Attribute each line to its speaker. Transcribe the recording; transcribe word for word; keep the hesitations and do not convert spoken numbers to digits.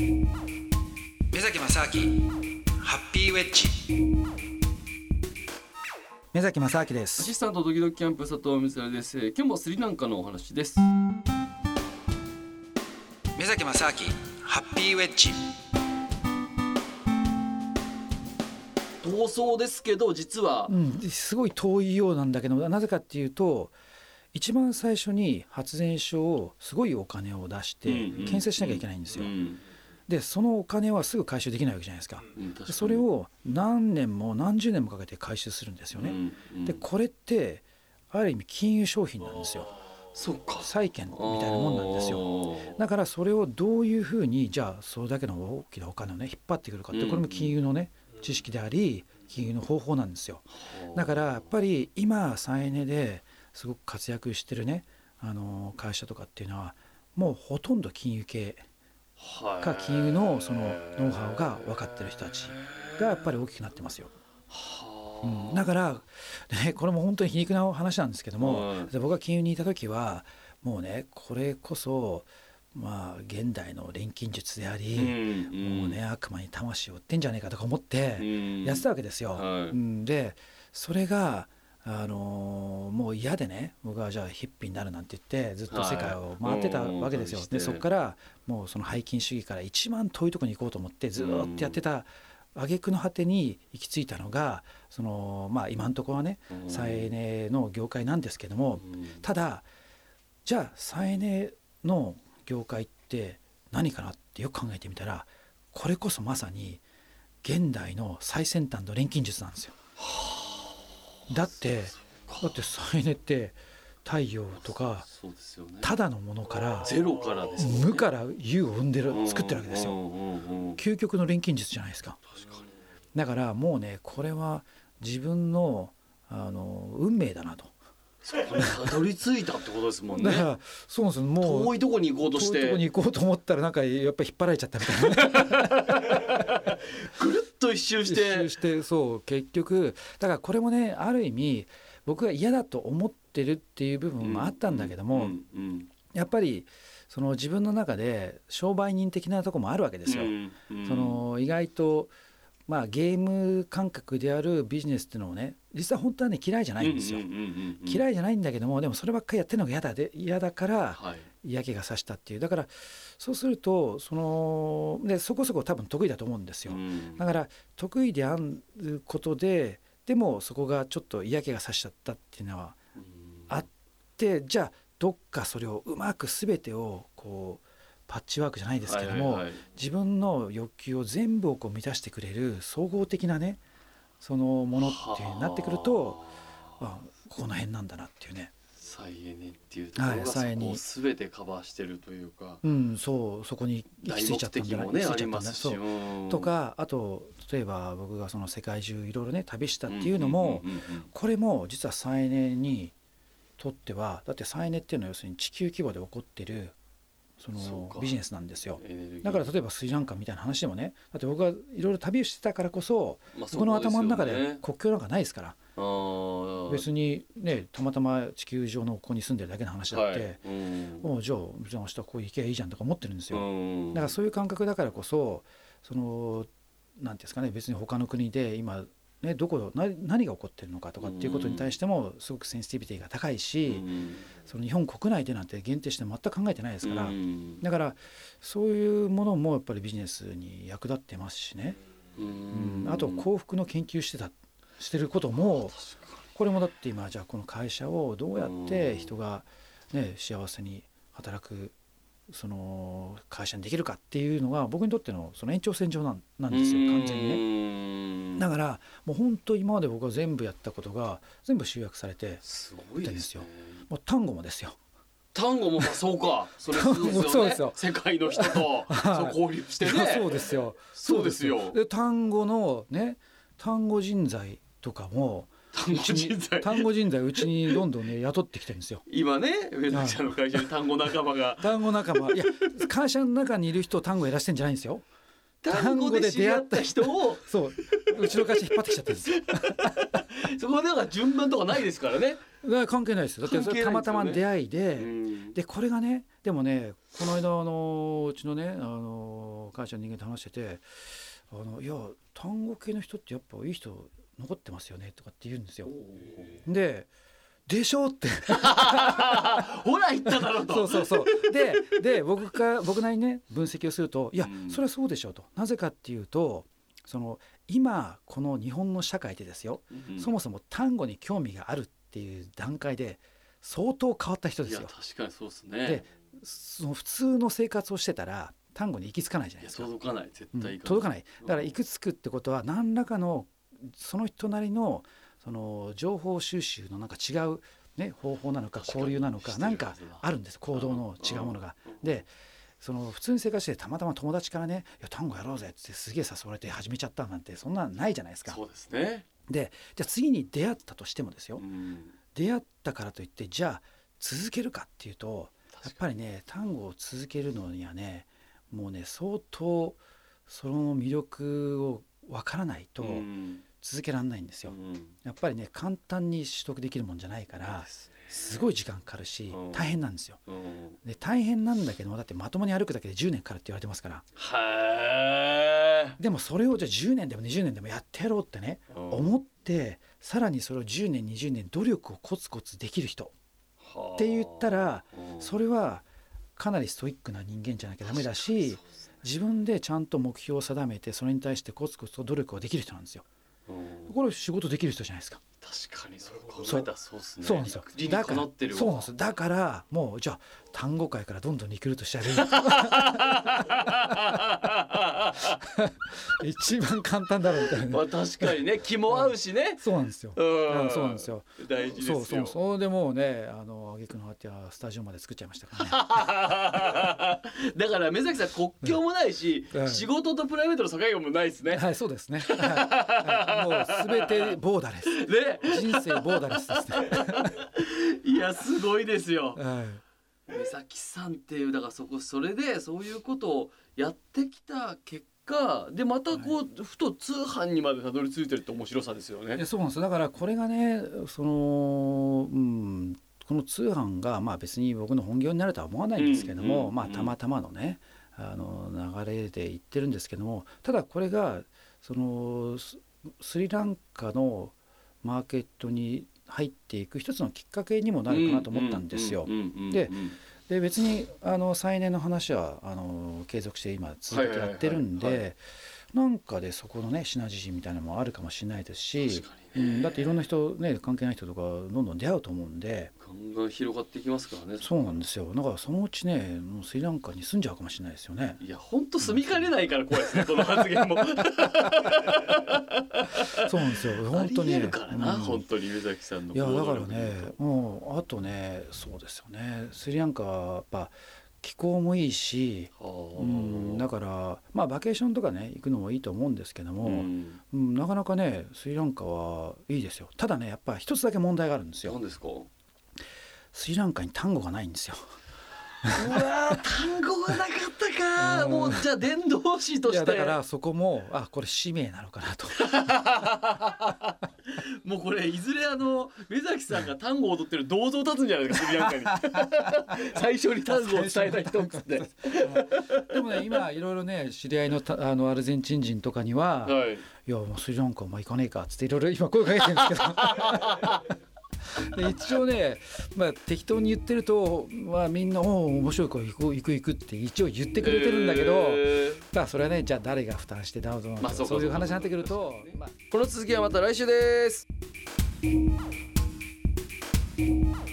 Speaker 1: 目崎正明ハッピーウェッジ。目崎正明で
Speaker 2: ア
Speaker 1: す。
Speaker 2: シスタントドキドキキャンプ佐藤光です。今日もスリランカのお話です。
Speaker 1: 目崎正明ハッピーウェッジ。
Speaker 2: 逃走ですけど実は、
Speaker 3: うん、すごい遠いようなんだけど、なぜかっていうと一番最初に発電所をすごいお金を出して建設しなきゃいけないんですよ、
Speaker 2: うんうん
Speaker 3: でそのお金はすぐ回収できないわけじゃないですか、
Speaker 2: うん確かに
Speaker 3: でそれを何年も何十年もかけて回収するんですよね、
Speaker 2: うんうん
Speaker 3: でこれってある意味金融商品なんですよ。
Speaker 2: そうか
Speaker 3: 債券みたいなもんなんですよ。だからそれをどういうふうにじゃあそれだけの大きなお金をね引っ張ってくるかって、これも金融のね知識であり金融の方法なんですよ。だからやっぱり今再エネですごく活躍してるねあの会社とかっていうのはもうほとんど金融系か金融のそのノウハウが分かってる人たちがやっぱり大きくなってますよ。うん、だから、ね、これも本当に皮肉な話なんですけども、
Speaker 2: うん、
Speaker 3: 僕が金融にいた時はもうねこれこそまあ現代の錬金術であり、
Speaker 2: うんうん、
Speaker 3: もうね悪魔に魂を売ってんじゃねえかとか思ってやってたわけですよ、
Speaker 2: うんはい
Speaker 3: うん、でそれがあのー、もう嫌でね僕はじゃあヒッピーになるなんて言ってずっと世界を回ってたわけですよ、
Speaker 2: はい、
Speaker 3: でそこからもうその拝金主義から一番遠いところに行こうと思ってずっとやってた挙句の果てに行き着いたのがその、まあ、今のところはね再エネの業界なんですけども、ただじゃあ再エネの業界って何かなってよく考えてみたらこれこそまさに現代の最先端の錬金術なんですよ。だってだって再エネって太陽とかただのものから
Speaker 2: ゼロからですね、
Speaker 3: 無から有を生んでる作ってるわけですよ。究極の錬金術じゃないですか。
Speaker 2: 確かに
Speaker 3: だからもうねこれは自分のあの運命だなと。
Speaker 2: そこにたどり着いたってことですもんね。
Speaker 3: だからそうなんですよ。もう
Speaker 2: 遠いとこに行こうとして
Speaker 3: 遠いとこに行こうと思ったらなんかやっぱり引っ張られちゃったみたいな
Speaker 2: ぐるっと一周して
Speaker 3: 一周してそう結局だからこれもねある意味僕が嫌だと思ってるっていう部分もあったんだけども、
Speaker 2: うんうんうん、
Speaker 3: やっぱりその自分の中で商売人的なところもあるわけですよ、うんうん、その意外とまあゲーム感覚であるビジネスっていうのをね実は本当はね嫌いじゃないんですよ、うんうんうんうん、嫌いじゃないんだけどもでもそればっかりやってるのが嫌だで嫌だから嫌気がさしたっていうだからそうするとそのでそこそこ多分得意だと思うんですよ、うん、だから得意であることででもそこがちょっと嫌気がさしちゃったっていうのはあってじゃあどっかそれをうまく全てをこうパッチワークじゃないですけども、はいはいはい、自分の欲求を全部をこう満たしてくれる総合的なねそのものっていうなってくるとあこの辺なんだなっていうね
Speaker 2: 再エネっていうところがそこを全てカバーしてるというか、
Speaker 3: うん、そうそこに行き着いちゃったんだな、
Speaker 2: ね、ありますし
Speaker 3: とかあと例えば僕がその世界中いろいろね旅したっていうのも、うんうんうんうん、これも実は再エネにとってはだって再エネっていうのは要するに地球規模で起こってるそのビジネスなんですよ。だから例えばスリランカみたいな話でもねだって僕がいろいろ旅をしてたからこそ、まあそこの頭の中で国境なんかないですから、あ別にねたまたま地球上のここに住んでるだけの話だって、はいうん、もうじゃあじゃあ明日ここ行けばいいじゃんとか思ってるんですよ。だからそういう感覚だからこそそのなんていうんですかね別に他の国で今ね、どこな何が起こってるのかとかっていうことに対してもすごくセンシティビティが高いし、うん、その日本国内でなんて限定して全く考えてないですから、うん、だからそういうものもやっぱりビジネスに役立ってますしね、うんうん、あと幸福の研究してたしてることもこれもだって今じゃあこの会社をどうやって人が、ね、幸せに働くその会社にできるかっていうのが僕にとってのその延長線上なん、なんですよ完全にね。だからもう本当今まで僕が全部やったことが全部集約されて
Speaker 2: すごいですよ。
Speaker 3: もう単語もですよ。
Speaker 2: 単語もそうかそれそうですよねそうですよ世界の人とそう交流してね
Speaker 3: そうですよ
Speaker 2: そうですよ
Speaker 3: で単語のね単語人材とかも
Speaker 2: 単語人材
Speaker 3: 単語人材うちにどんどんね雇ってきてるんですよ
Speaker 2: 今ね上崎さんの会社に単語仲間が
Speaker 3: 単語仲間いや会社の中にいる人を単語やらせてんじゃないんですよ。
Speaker 2: 単語で知り合った人を
Speaker 3: そううちの会社引っ張ってきちゃってるんですよ
Speaker 2: そこでなんか順番とかないですからね
Speaker 3: 関係ないですよ。だってそれたまたま出会いで、
Speaker 2: うん、
Speaker 3: でこれがねでもねこの間あのうちのねあの会社の人間と話しててあのいや単語系の人ってやっぱいい人残ってますよねとかって言うんですよ。ででしょって
Speaker 2: ほら言っただろうと
Speaker 3: そうそうそうでで僕か僕なりにね分析をするといや、うん、それはそうでしょうと。なぜかっていうとその今この日本の社会でですよ、うん、そもそも単語に興味があるっていう段階で相当変わった人ですよ。
Speaker 2: いや確かにそうですね。
Speaker 3: でその普通の生活をしてたら単語に行き着かないじゃないですか。
Speaker 2: いや届かない絶対行かない、うん、
Speaker 3: 届かない。だから行き着くってことは何らかのその人なりのその情報収集のなんか違う、ね、方法なのか交流なのかなんかあるんです。行動の違うものが。でその普通に生活してたまたま友達からねいや単語やろうぜってすげえ誘われて始めちゃったなんてそんなないじゃないですか。
Speaker 2: そうですね。
Speaker 3: でじゃあ次に出会ったとしてもですよ、
Speaker 2: うん、
Speaker 3: 出会ったからといってじゃあ続けるかっていうとやっぱりね単語を続けるのにはねもうね相当その魅力を分からないと続けられないんですよ、うん、やっぱりね簡単に取得できるもんじゃないからすごい時間かかるし大変なんですよ、うん、で大変なんだけどもだってまともに歩くだけでじゅうねんかかるって言われてますから。
Speaker 2: へー。
Speaker 3: でもそれをじゃあじゅうねんでもにじゅうねんでもやってやろうってね、うん、思ってさらにそれをじゅうねんにじゅうねん努力をコツコツできる人って言ったらそれはかなりストイックな人間じゃなきゃダメだし自分でちゃんと目標を定めてそれに対してコツコツと努力をできる人なんですよ。これ仕事できる人じゃないですか。
Speaker 2: 確かにそう考えたらそうですね。
Speaker 3: そうなんですよ。
Speaker 2: 理にかなってるわ。
Speaker 3: そうなんです。だからもうじゃあ単語界からどんどんリクルートしちゃえばいい一番簡単だろうみたいな、
Speaker 2: まあ、確かにね気も合うしね、
Speaker 3: うん、そうなんですよ、うん、そうなんですよ。
Speaker 2: 大事ですよ。
Speaker 3: そうそうそうでもうねあの挙句の果てはスタジオまで作っちゃいましたからね
Speaker 2: だから目崎さん国境もないし、うん、仕事とプライベートの境目もないですね。
Speaker 3: はいそうですね、はいはい、もう全てボーダレス、ね、人生ボーダレスですね
Speaker 2: いやすごいですよ、
Speaker 3: はい、
Speaker 2: 目崎さんっていうだからそこそれでそういうことをやってきた結果でまたこう、はい、ふと通販にまでたどり着いてるって面白さですよね。
Speaker 3: いやそうなんです。だからこれがねその、うん、この通販がまあ別に僕の本業になるとは思わないんですけども、うん、まあたまたまのねあの流れで言ってるんですけどもただこれがそのスリランカのマーケットに入っていく一つのきっかけにもなるかなと思ったんですよ。でで別にあの再燃の話はあの継続して今続けてやってるんでなんかでそこのねシナジーみたいなのもあるかもしれないですし、うん、だっていろんな人ね関係ない人とかどんどん出会うと思うんで
Speaker 2: ガンガン広がっていきますからね。
Speaker 3: そうなんですよ。だからそのうちねもうスリランカに住んじゃうかもしれないですよね。
Speaker 2: いや本当住みかねないから怖いですねこの発言も
Speaker 3: そうなんですよ本当に、
Speaker 2: ありえるからな、うん、本当に目崎さんの
Speaker 3: いやだからねもうあとねそうですよねスリランカはやっぱ気候もいいし、うん、だからまあバケーションとかね行くのもいいと思うんですけども、うんうん、なかなかねスリランカはいいですよ。ただねやっぱ一つだけ問題があるんですよ。
Speaker 2: 何ですか？
Speaker 3: スリランカに単語がないんですよ。
Speaker 2: うわ単語がなかったか、うん、もうじゃあ伝道師としていや
Speaker 3: だからそこもあこれ使命なのかなと
Speaker 2: もうこれいずれあの目崎さんが単語を踊ってる銅像立つんじゃないですかスリランカに最初に単語を伝えた人っつって
Speaker 3: でもね今いろいろね知り合いのたあのアルゼンチン人とかには、はい、いやもうスリランカお前行かねえかっつっていろいろ今声かけてるんですけどで一応ね、まあ、適当に言ってると、まあ、みんなお面白いから行く行く行くって一応言ってくれてるんだけど、えー、まあそれはねじゃあ誰が負担してダウンとか、まあ、そういう話になってくると、まあ、
Speaker 2: この続きはまた来週です。